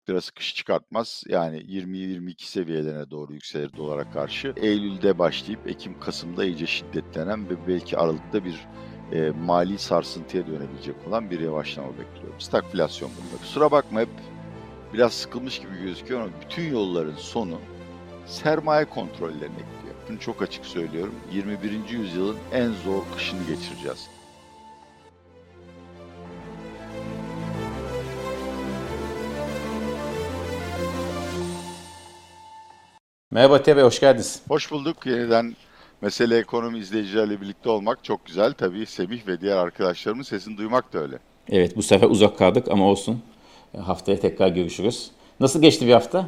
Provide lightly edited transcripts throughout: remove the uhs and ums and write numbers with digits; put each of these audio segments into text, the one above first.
lira sıkış çıkartmaz. Yani 20-22 seviyelerine doğru yükselir dolara karşı. Eylül'de başlayıp Ekim-Kasım'da iyice şiddetlenen ve belki Aralık'ta bir mali sarsıntıya dönebilecek olan bir yavaşlama bekliyorum. Stagflasyon bunlar. Kusura bakma, hep biraz sıkılmış gibi gözüküyor ama bütün yolların sonu sermaye kontrollerine gidiyor. Bunu çok açık söylüyorum. 21. yüzyılın en zor kışını geçireceğiz. Merhaba Atiye Bey, hoş geldiniz. Hoş bulduk. Yeniden Mesele Ekonomi izleyicilerle birlikte olmak çok güzel. Tabii Semih ve diğer arkadaşlarımın sesini duymak da öyle. Evet, bu sefer uzak kaldık ama olsun. Haftaya tekrar görüşürüz. Nasıl geçti bir hafta?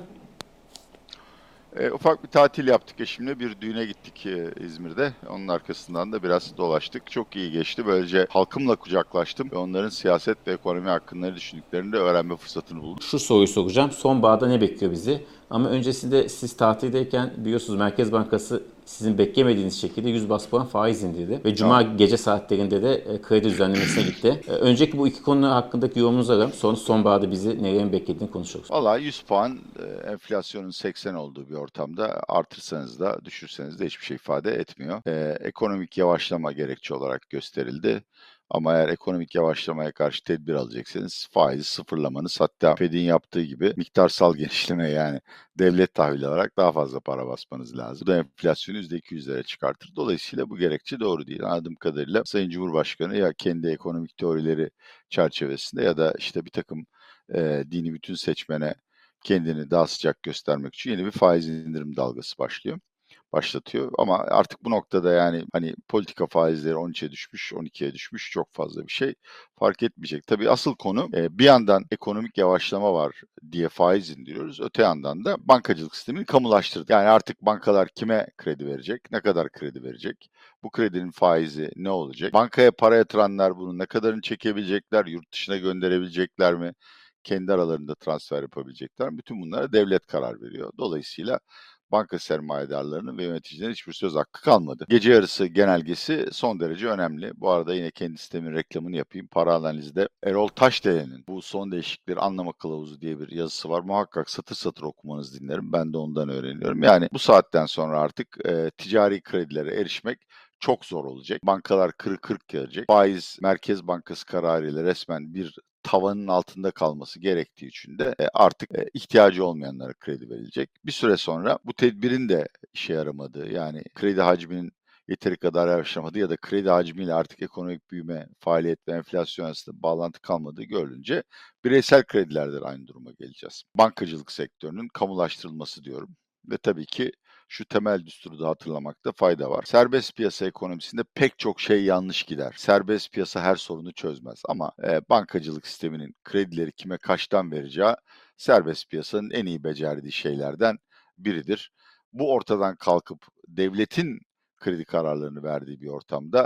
Ufak bir tatil yaptık eşimle. Bir düğüne gittik İzmir'de. Onun arkasından da biraz dolaştık. Çok iyi geçti. Böylece halkımla kucaklaştım ve onların siyaset ve ekonomi hakkında ne düşündüklerini de öğrenme fırsatını buldum. Şu soruyu soracağım. Sonbaharda ne bekliyor bizi? Ama öncesinde siz tatildeyken biliyorsunuz Merkez Bankası sizin beklemediğiniz şekilde 100 bas puan faiz indirdi. Ve Cuma Tamam. gece saatlerinde de kredi düzenlemesine gitti. Önceki bu iki konu hakkındaki yorumunuzu alalım. Sonra sonbaharda bizi nelerin beklediğini konuşuruz. Valla 100 puan enflasyonun 80 olduğu bir ortamda artırsanız da düşürseniz de hiçbir şey ifade etmiyor. Ekonomik yavaşlama gerekçe olarak gösterildi. Ama eğer ekonomik yavaşlamaya karşı tedbir alacaksanız faizi sıfırlamanız, hatta Fed'in yaptığı gibi miktarsal genişleme, yani devlet tahvili alarak daha fazla para basmanız lazım. Bu da enflasyonu %200'lere çıkartır. Dolayısıyla bu gerekçe doğru değil. Anladığım kadarıyla Sayın Cumhurbaşkanı ya kendi ekonomik teorileri çerçevesinde ya da işte bir takım dini bütün seçmene kendini daha sıcak göstermek için yeni bir faiz indirim dalgası başlatıyor. Ama artık bu noktada yani hani politika faizleri 13'e düşmüş, 12'ye düşmüş, çok fazla bir şey fark etmeyecek. Tabii asıl konu bir yandan ekonomik yavaşlama var diye faiz indiriyoruz. Öte yandan da bankacılık sistemini kamulaştırdık. Yani artık bankalar kime kredi verecek, ne kadar kredi verecek, bu kredinin faizi ne olacak? Bankaya para yatıranlar bunun ne kadarını çekebilecekler, yurt dışına gönderebilecekler mi? Kendi aralarında transfer yapabilecekler mi? Bütün bunlara devlet karar veriyor. Dolayısıyla banka sermayedarlarının ve yöneticilerin hiçbir söz hakkı kalmadı. Gece yarısı genelgesi son derece önemli. Bu arada yine kendi sistemin reklamını yapayım. Para analizde Erol Taşdelen'in bu son değişiklikleri anlama kılavuzu diye bir yazısı var. Muhakkak satır satır okumanızı dinlerim. Ben de ondan öğreniyorum. Yani bu saatten sonra artık ticari kredilere erişmek çok zor olacak. Bankalar kırık kırık gelecek. Faiz Merkez Bankası kararıyla resmen bir tavanın altında kalması gerektiği için de artık ihtiyacı olmayanlara kredi verilecek. Bir süre sonra bu tedbirin de işe yaramadığı, yani kredi hacminin yeteri kadar yavaşlamadığı ya da kredi hacmiyle artık ekonomik büyüme, faaliyet ve enflasyon arasında bağlantı kalmadığı görülünce bireysel kredilerde de aynı duruma geleceğiz. Bankacılık sektörünün kamulaştırılması diyorum ve tabii ki şu temel düsturu da hatırlamakta fayda var. Serbest piyasa ekonomisinde pek çok şey yanlış gider. Serbest piyasa her sorunu çözmez ama bankacılık sisteminin kredileri kime kaçtan vereceği serbest piyasanın en iyi becerdiği şeylerden biridir. Bu ortadan kalkıp devletin kredi kararlarını verdiği bir ortamda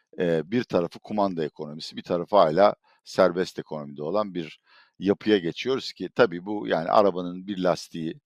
bir tarafı kumanda ekonomisi, bir tarafı hala serbest ekonomide olan bir yapıya geçiyoruz ki tabii bu, yani arabanın bir lastiği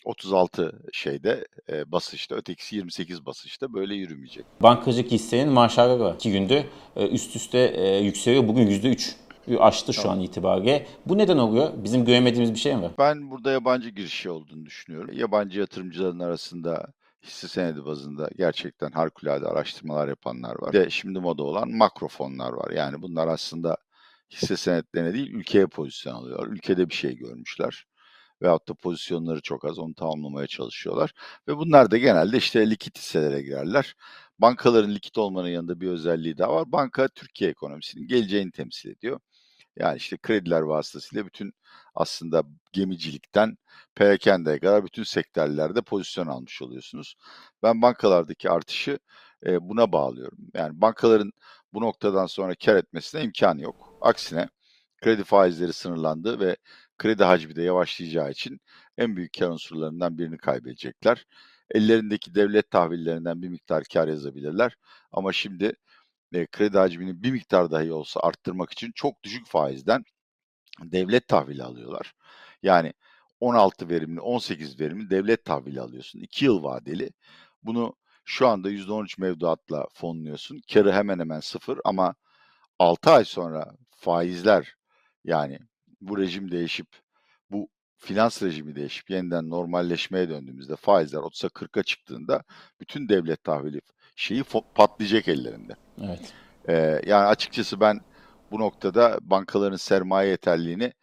36 basınçta, ötekisi 28 basınçta böyle yürümeyecek. Bankacılık hissenin maşarı var. 2 gündür üst üste yükseliyor. Bugün %3 aştı şu Tamam. an itibariyle. Bu neden oluyor? Bizim göremediğimiz bir şey mi var? Ben burada yabancı girişi olduğunu düşünüyorum. Yabancı yatırımcıların arasında hisse senedi bazında gerçekten harikulade araştırmalar yapanlar var. Bir de şimdi moda olan makro fonlar var. Yani bunlar aslında hisse senetlerine değil, ülkeye pozisyon alıyorlar. Ülkede bir şey görmüşler. Veyahut da pozisyonları çok az, onu tamamlamaya çalışıyorlar. Ve bunlar da genelde işte likit hisselere girerler. Bankaların likit olmanın yanında bir özelliği daha var. Banka Türkiye ekonomisinin geleceğini temsil ediyor. Yani işte krediler vasıtasıyla bütün aslında gemicilikten perakendeye kadar bütün sektörlerde pozisyon almış oluyorsunuz. Ben bankalardaki artışı buna bağlıyorum. Yani bankaların bu noktadan sonra kar etmesine imkan yok. Aksine kredi faizleri sınırlandı ve kredi hacmi de yavaşlayacağı için en büyük kar unsurlarından birini kaybedecekler. Ellerindeki devlet tahvillerinden bir miktar kar yazabilirler. Ama şimdi kredi hacmini bir miktar dahi olsa arttırmak için çok düşük faizden devlet tahvili alıyorlar. Yani 16 verimli, 18 verimli devlet tahvili alıyorsun. 2 yıl vadeli. Bunu şu anda %13 mevduatla fonluyorsun. Karı hemen hemen sıfır ama 6 ay sonra faizler, yani bu rejim değişip bu finans rejimi değişip yeniden normalleşmeye döndüğümüzde faizler 30'a 40'a çıktığında bütün devlet tahvili patlayacak ellerinde. Evet. Yani açıkçası ben bu noktada bankaların sermaye yeterliliğini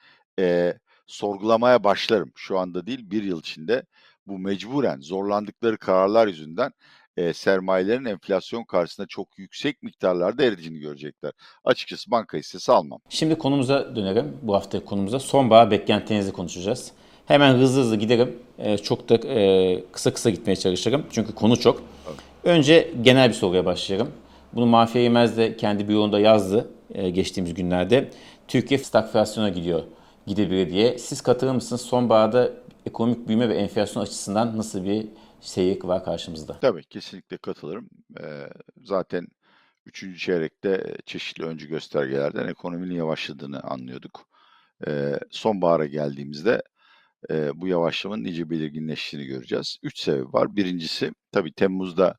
sorgulamaya başlarım. Şu anda değil, bir yıl içinde bu mecburen zorlandıkları kararlar yüzünden sermayelerin enflasyon karşısında çok yüksek miktarlarda eridiğini görecekler. Açıkçası banka hissesi almam. Şimdi konumuza dönelim. Bu haftaki konumuza sonbahar beklentilerinizi konuşacağız. Hemen hızlı hızlı giderim. Çok da kısa kısa gitmeye çalışırım. Çünkü konu çok. Tabii. Önce genel bir soruya başlayalım. Bunu Mahfiye Yemez de kendi biyonunda yazdı geçtiğimiz günlerde. Türkiye stagflasyona gidebilir diye. Siz katılır mısınız? Sonbaharda ekonomik büyüme ve enflasyon açısından nasıl bir seyir var karşımızda? Tabii, kesinlikle katılırım. Zaten üçüncü çeyrekte çeşitli öncü göstergelerden ekonominin yavaşladığını anlıyorduk. Sonbahara geldiğimizde bu yavaşlamanın iyice belirginleştiğini göreceğiz. 3 sebep var. Birincisi, tabii Temmuz'da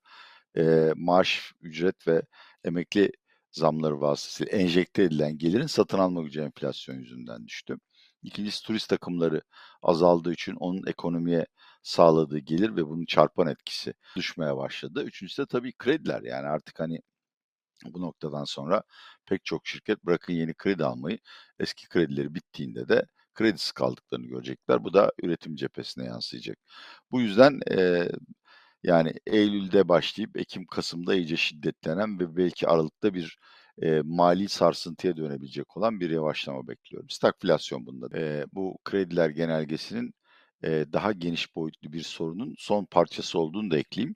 maaş, ücret ve emekli zamları vasıtasıyla enjekte edilen gelirin satın alma gücü enflasyon yüzünden düştü. İkincisi, turist akımları azaldığı için onun ekonomiye sağladığı gelir ve bunun çarpan etkisi düşmeye başladı. Üçüncüsü de tabii krediler. Yani artık hani bu noktadan sonra pek çok şirket bırakın yeni kredi almayı, eski kredileri bittiğinde de kredisiz kaldıklarını görecekler. Bu da üretim cephesine yansıyacak. Bu yüzden yani Eylül'de başlayıp Ekim-Kasım'da iyice şiddetlenen ve belki Aralık'ta bir mali sarsıntıya dönebilecek olan bir yavaşlama bekliyorum. Stagflasyon bunda. Bu krediler genelgesinin daha geniş boyutlu bir sorunun son parçası olduğunu da ekleyeyim.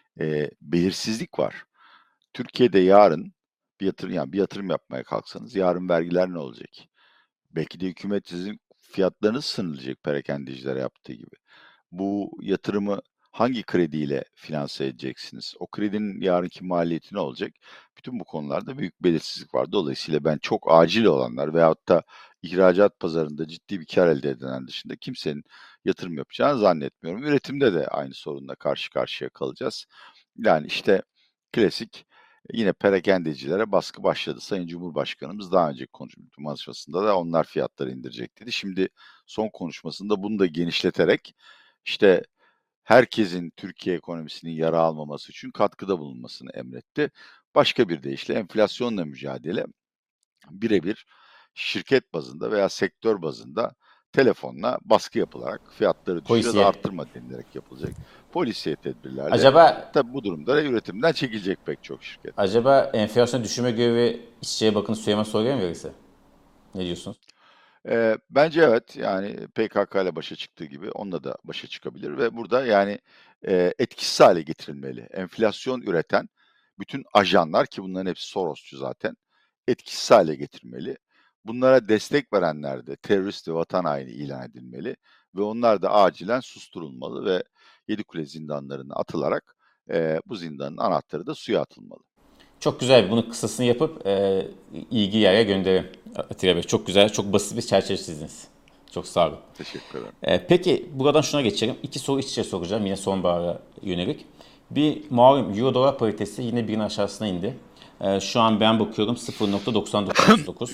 Belirsizlik var. Türkiye'de yarın bir yatırım yapmaya kalksanız yarın vergiler ne olacak? Belki de hükümet sizin fiyatlarınız sınırlayacak perakendecilere yaptığı gibi. Bu yatırımı hangi krediyle finanse edeceksiniz? O kredinin yarınki maliyeti ne olacak? Bütün bu konularda büyük belirsizlik var. Dolayısıyla ben çok acil olanlar veyahut da ihracat pazarında ciddi bir kar elde edenler dışında kimsenin yatırım yapacağını zannetmiyorum. Üretimde de aynı sorunla karşı karşıya kalacağız. Yani işte klasik yine perakendecilere baskı başladı. Sayın Cumhurbaşkanımız daha önceki konuşmasında da onlar fiyatları indirecek dedi. Şimdi son konuşmasında bunu da genişleterek işte herkesin Türkiye ekonomisinin yara almaması için katkıda bulunmasını emretti. Başka bir deyişle enflasyonla mücadele birebir şirket bazında veya sektör bazında telefonla baskı yapılarak fiyatları düşür ya da Polisiye. arttırma denilerek yapılacak. Polisiye tedbirlerle Acaba tabii bu durumda da üretimden çekilecek pek çok şirket. acaba enflasyonu düşürme görevi İçişleri Bakanı Süleyman Soylu'ya mı verirse? Ne diyorsunuz? Bence evet, yani PKK ile başa çıktığı gibi onunla da başa çıkabilir ve burada yani etkisiz hale getirilmeli. Enflasyon üreten bütün ajanlar ki bunların hepsi Sorosçu zaten etkisiz hale getirmeli. Bunlara destek verenler de terörist ve vatan haini ilan edilmeli ve onlar da acilen susturulmalı ve Yedikule zindanlarına atılarak bu zindanın anahtarı da suya atılmalı. Çok güzel. Bunu kısasını yapıp ilgi yere gönderin Atilla Bey. Çok güzel, çok basit bir çerçeve çizdiniz. Çok sağ olun. Teşekkür ederim. Peki buradan şuna geçelim. İki soru iç içe soracağım yine sonbahara yönelik. Bir malum Euro dolar paritesi yine birinin aşağısına indi. Şu an ben bakıyorum 0.9939.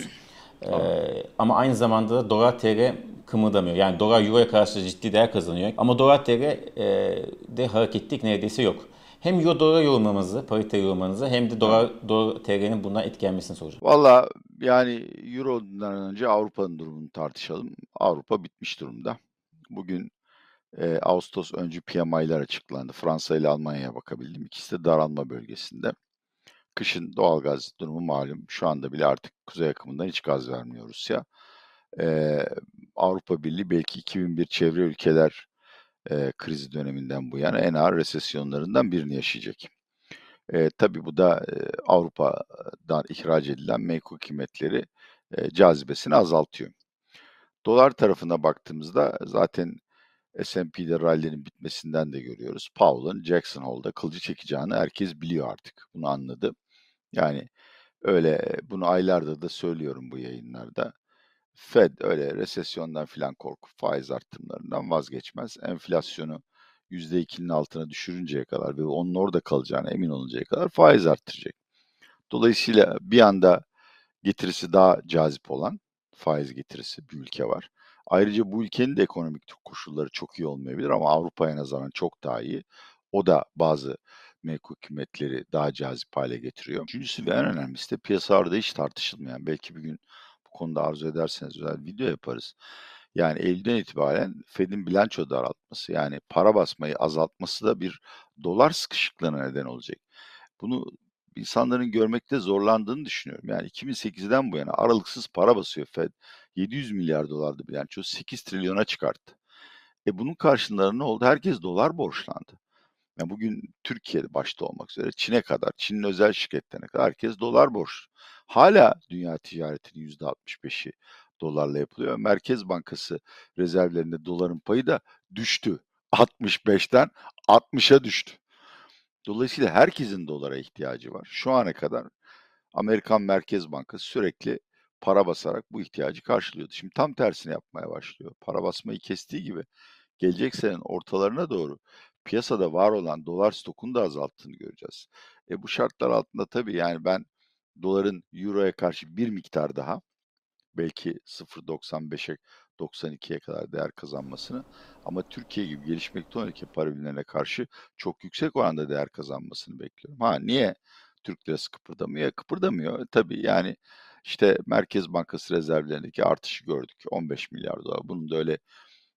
Ama aynı zamanda da dolar TL kımıldamıyor. Yani dolar euroya karşı ciddi değer kazanıyor. Ama dolar TL de hareketlilik neredeyse yok. Hem euro dolar yorumlamanızı, parite yorumlamanızı hem de dolar TL'nin bundan etkilenmesini soracağım. Valla yani Euro'dan önce Avrupa'nın durumunu tartışalım. Avrupa bitmiş durumda. Bugün Ağustos öncü PMI'ler açıklandı. Fransa ile Almanya'ya bakabildim. İkisi de daralma bölgesinde. Kışın doğalgaz durumu malum. Şu anda bile artık kuzey akımından hiç gaz vermiyor Rusya. Ee, Avrupa Birliği belki 2001 çevre ülkeler krizi döneminden bu yana en ağır resesyonlarından birini yaşayacak. Tabii bu da Avrupa'dan ihraç edilen menkul kıymetleri cazibesini azaltıyor. Dolar tarafına baktığımızda zaten S&P'de rally'nin bitmesinden de görüyoruz. Powell'ın Jackson Hole'da kılıcı çekeceğini herkes biliyor artık. Bunu anladı. Yani öyle bunu aylardır da söylüyorum bu yayınlarda. Fed öyle resesyondan filan korkup faiz arttırımlarından vazgeçmez. Enflasyonu %2'nin altına düşürünceye kadar ve onun orada kalacağına emin oluncaya kadar faiz arttıracak. Dolayısıyla bir anda getirisi daha cazip olan faiz getirisi bir ülke var. Ayrıca bu ülkenin de ekonomik koşulları çok iyi olmayabilir ama Avrupa'ya nazaran çok daha iyi. O da bazı mevku kıymetleri daha cazip hale getiriyor. Üçüncüsü ve en önemlisi de piyasalarda hiç tartışılmayan, belki bir gün bu konuda arzu ederseniz özel video yaparız. Yani Eylül'den itibaren Fed'in bilanço daraltması, yani para basmayı azaltması da bir dolar sıkışıklığına neden olacak. Bunu insanların görmekte zorlandığını düşünüyorum. Yani 2008'den bu yana aralıksız para basıyor Fed. 700 milyar dolardı bilanço, 8 trilyona çıkarttı. Bunun karşılığında ne oldu? Herkes dolar borçlandı. Yani bugün Türkiye'de başta olmak üzere Çin'e kadar, Çin'in özel şirketlerine kadar herkes dolar borçlu. Hala dünya ticaretinin %65'i dolarla yapılıyor. Merkez Bankası rezervlerinde doların payı da düştü. 65'ten 60'a düştü. Dolayısıyla herkesin dolara ihtiyacı var. Şu ana kadar Amerikan Merkez Bankası sürekli para basarak bu ihtiyacı karşılıyordu. Şimdi tam tersini yapmaya başlıyor. Para basmayı kestiği gibi gelecek senenin ortalarına doğru piyasada var olan dolar stokunu da azalttığını göreceğiz. Bu şartlar altında tabii yani ben doların euroya karşı bir miktar daha, belki 0,95'e 92'ye kadar değer kazanmasını, ama Türkiye gibi gelişmekte olan ülke para birimlerine karşı çok yüksek oranda değer kazanmasını bekliyorum. Niye Türk lirası kıpırdamıyor? Kıpırdamıyor. Tabii yani işte Merkez Bankası rezervlerindeki artışı gördük. 15 milyar dolar. Bunun da öyle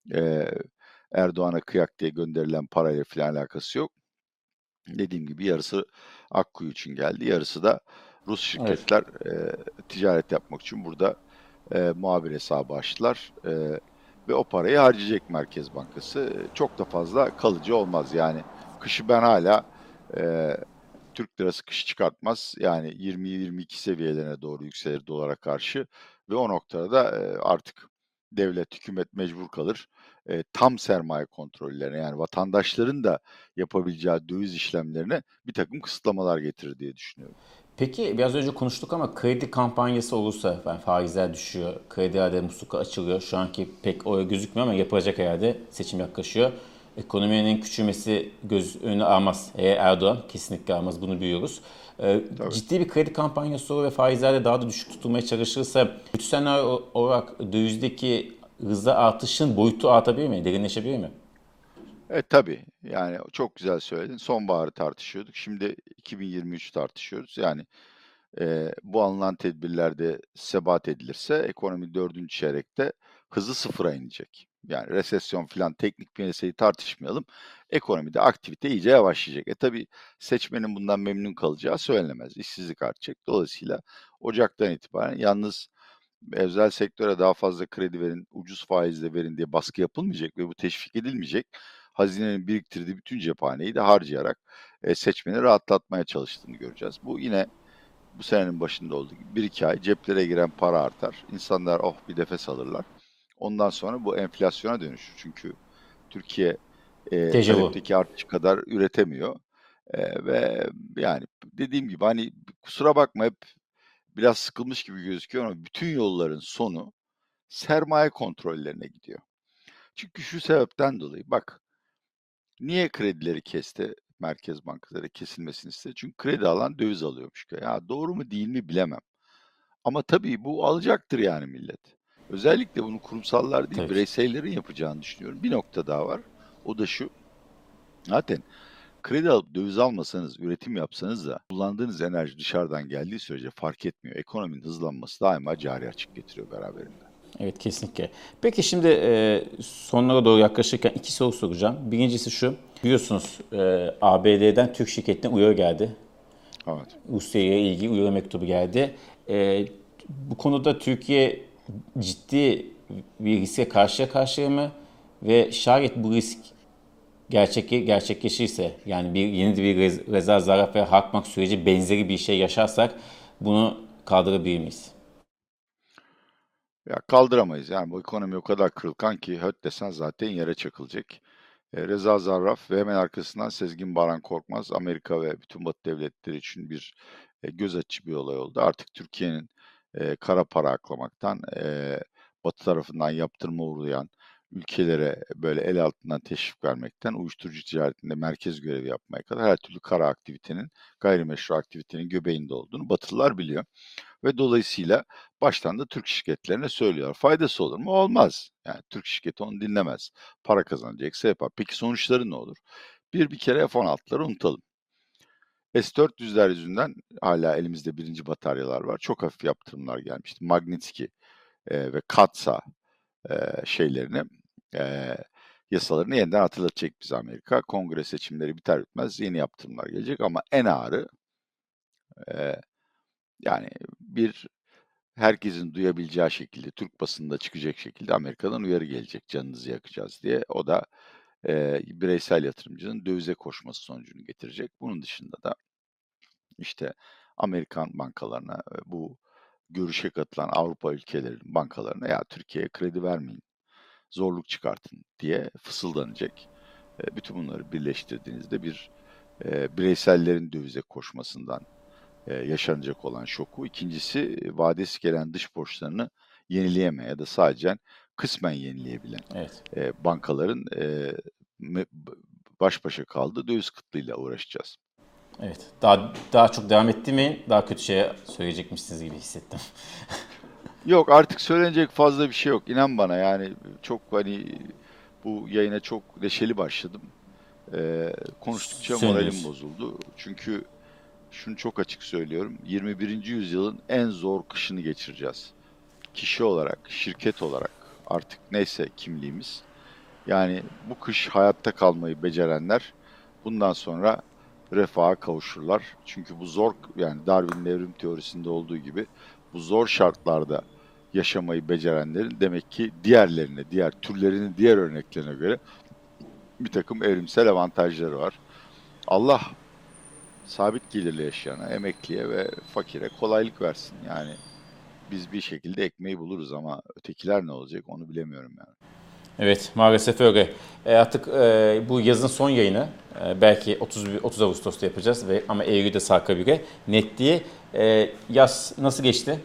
e, Erdoğan'a kıyak diye gönderilen parayla falan alakası yok. Dediğim gibi yarısı Akkuyu için geldi, yarısı da Rus Evet. şirketler ticaret yapmak için burada muhabir hesabı açtılar ve o parayı harcayacak Merkez Bankası. Çok da fazla kalıcı olmaz. Yani kışı ben hala e, Türk lirası kışı çıkartmaz. Yani 20-22 seviyelerine doğru yükselir dolara karşı ve o noktada da artık devlet, hükümet mecbur kalır. Tam sermaye kontrollerine, yani vatandaşların da yapabileceği döviz işlemlerine bir takım kısıtlamalar getirir diye düşünüyorum. Peki biraz önce konuştuk ama kredi kampanyası olursa yani faizler düşüyor, kredi musluku açılıyor. Şu anki pek o gözükmüyor ama yapılacak herhalde, seçim yaklaşıyor. Ekonominin küçülmesi göz önüne almaz. Erdoğan kesinlikle almaz, bunu biliyoruz. Tabii. Ciddi bir kredi kampanyası olur ve faizler de daha da düşük tutulmaya çalışırsa kötü senaryo olarak dövizdeki hızlı artışın boyutu artabilir mi, derinleşebilir mi? Tabii. Yani çok güzel söyledin. Sonbaharı tartışıyorduk. Şimdi 2023 tartışıyoruz. Yani bu alınan tedbirlerde sebat edilirse ekonomi dördüncü çeyrekte hızı sıfıra inecek. Yani resesyon falan, teknik bir meseleyi tartışmayalım. Ekonomide aktivite iyice yavaşlayacak. Tabii seçmenin bundan memnun kalacağı söylenemez. İşsizlik artacak. Dolayısıyla Ocak'tan itibaren yalnız özel sektöre daha fazla kredi verin, ucuz faizle verin diye baskı yapılmayacak ve bu teşvik edilmeyecek. Hazinenin biriktirdiği bütün cephaneyi de harcayarak seçmeni rahatlatmaya çalıştığını göreceğiz. Bu yine bu senenin başında olduğu gibi bir iki ay ceplere giren para artar. İnsanlar oh bir nefes alırlar. Ondan sonra bu enflasyona dönüşür. Çünkü Türkiye Dejavu. talepteki artış kadar üretemiyor. Ve yani dediğim gibi hani kusura bakma, hep biraz sıkılmış gibi gözüküyor ama bütün yolların sonu sermaye kontrollerine gidiyor. Çünkü şu sebepten dolayı bak, niye kredileri kesti Merkez Bankaları, kesilmesini istedi? Çünkü kredi alan döviz alıyormuş. Ya doğru mu değil mi bilemem. Ama tabii bu alacaktır yani millet. Özellikle bunu kurumsallar değil Tabii ki. bireysellerin yapacağını düşünüyorum. Bir nokta daha var. O da şu. Zaten kredi alıp döviz almasanız, üretim yapsanız da kullandığınız enerji dışarıdan geldiği sürece fark etmiyor. Ekonominin hızlanması daima cari açık getiriyor beraberinde. Evet, kesinlikle. Peki şimdi sonlara doğru yaklaşırken iki soru soracağım. Birincisi şu. Biliyorsunuz ABD'den Türk şirketine uyarı geldi. Evet. Rusya'ya ilgili uyarı mektubu geldi. Bu konuda Türkiye ciddi bir riske karşıya mı? Ve şayet bu risk gerçekleşirse, yani yeni bir reza zarf ve harkmak süreci benzeri bir şey yaşarsak bunu kaldırabilir miyiz? Ya kaldıramayız. Yani bu ekonomi o kadar kırılgan ki höt desen zaten yere çakılacak. Reza Zarrab ve hemen arkasından Sezgin Baran Korkmaz, Amerika ve bütün Batı devletleri için bir göz açıcı bir olay oldu. Artık Türkiye'nin kara para aklamaktan, Batı tarafından yaptırıma uğrayan, ülkelere böyle el altından teşvik vermekten uyuşturucu ticaretinde merkez görevi yapmaya kadar her türlü kara aktivitenin, gayrimeşru aktivitenin göbeğinde olduğunu Batılılar biliyor. Ve dolayısıyla baştan da Türk şirketlerine söylüyor. Faydası olur mu? Olmaz. Yani Türk şirketi onu dinlemez. Para kazanacaksa yapar. Peki sonuçları ne olur? Bir kere F-16'ları unutalım. S-400'ler yüzünden hala elimizde birinci bataryalar var. Çok hafif yaptırımlar gelmişti. Magnitsky ve Katsa şeylerini, e, yasalarını yeniden hatırlatacak bize Amerika. Kongre seçimleri biter bitmez yeni yaptırımlar gelecek ama en ağırı e, yani bir herkesin duyabileceği şekilde, Türk basınında çıkacak şekilde Amerika'dan uyarı gelecek canınızı yakacağız diye. O da bireysel yatırımcının dövize koşması sonucunu getirecek. Bunun dışında da işte Amerikan bankalarına, bu görüşe katılan Avrupa ülkelerinin bankalarına ya Türkiye'ye kredi vermeyin, zorluk çıkartın diye fısıldanacak. Bütün bunları birleştirdiğinizde bir bireysellerin dövize koşmasından yaşanacak olan şoku. İkincisi vadesi gelen dış borçlarını yenileyemeye ya da sadece kısmen yenileyebilen Evet. bankaların baş başa kaldığı döviz kıtlığıyla uğraşacağız. Evet. Daha çok devam ettirmeyin. Daha kötü şeye söyleyecekmişsiniz gibi hissettim. Yok artık söylenecek fazla bir şey yok. İnan bana yani çok hani bu yayına çok neşeli başladım. Konuştukça moralim Söndünüz. bozuldu. Çünkü şunu çok açık söylüyorum. 21. yüzyılın en zor kışını geçireceğiz. Kişi olarak, şirket olarak artık neyse kimliğimiz. Yani bu kış hayatta kalmayı becerenler bundan sonra refaha kavuşurlar. Çünkü bu zor yani Darwin'in evrim teorisinde olduğu gibi bu zor şartlarda yaşamayı becerenlerin demek ki diğerlerine, diğer türlerinin diğer örneklerine göre bir takım evrimsel avantajları var. Allah sabit gelirle yaşayana, emekliye ve fakire kolaylık versin. Yani biz bir şekilde ekmeği buluruz ama ötekiler ne olacak onu bilemiyorum yani. Evet, maalesef öyle. Artık bu yazın son yayını belki 30 Ağustos'ta yapacağız ama Eylül'de sarkabilir. Net diye. Yaz nasıl geçti?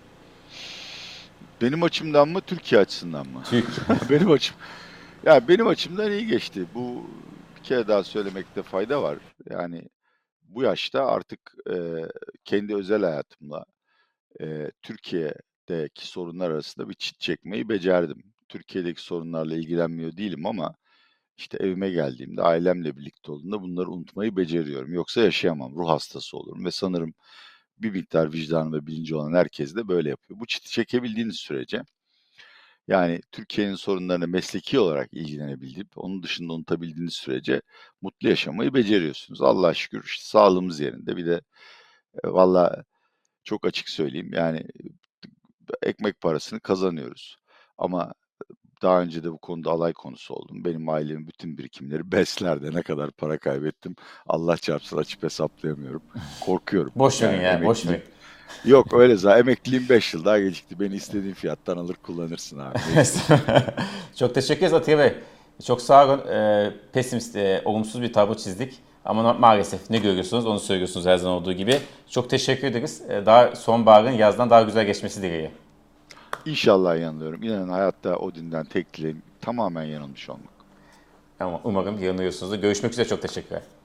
Benim açımdan mı, Türkiye açısından mı? Türk. Benim açım, ya benim açımdan iyi geçti. Bu bir kere daha söylemekte fayda var. Yani bu yaşta artık kendi özel hayatımla Türkiye'deki sorunlar arasında bir çift çekmeyi becerdim. Türkiye'deki sorunlarla ilgilenmiyor değilim ama işte evime geldiğimde, ailemle birlikte olduğumda bunları unutmayı beceriyorum. Yoksa yaşayamam, ruh hastası olurum ve sanırım bir miktar vicdanı ve bilinci olan herkes de böyle yapıyor. Bu çiti çekebildiğiniz sürece, yani Türkiye'nin sorunlarına mesleki olarak ilgilenebildiğip, onun dışında unutabildiğiniz sürece mutlu yaşamayı beceriyorsunuz. Allah'a şükür işte sağlığımız yerinde. Bir de valla çok açık söyleyeyim yani ekmek parasını kazanıyoruz. Ama daha önce de bu konuda alay konusu oldum. Benim ailemin bütün birikimleri BES'lerde ne kadar para kaybettim. Allah çarpsın açıp hesaplayamıyorum. Korkuyorum. Boş verin Yani ya, boş verin. emekliliğim. Yok öyle zaten emekliliğim 5 yıl daha gecikti. Beni istediğin fiyattan alır kullanırsın abi. Ne istiyorsun? Çok teşekkür ederiz Atiye Bey. Çok sağ olun. Pesimist, olumsuz bir tablo çizdik. Ama maalesef ne görüyorsunuz onu söylüyorsunuz her zaman olduğu gibi. Çok teşekkür ederiz. Daha sonbaharın yazdan daha güzel geçmesi dileğiyle. İnşallah yanılıyorum. İnanın hayatta Odin'den tek dileğim tamamen yanılmış olmak. Ama umarım yanılıyorsunuzdur. Görüşmek üzere, çok teşekkürler.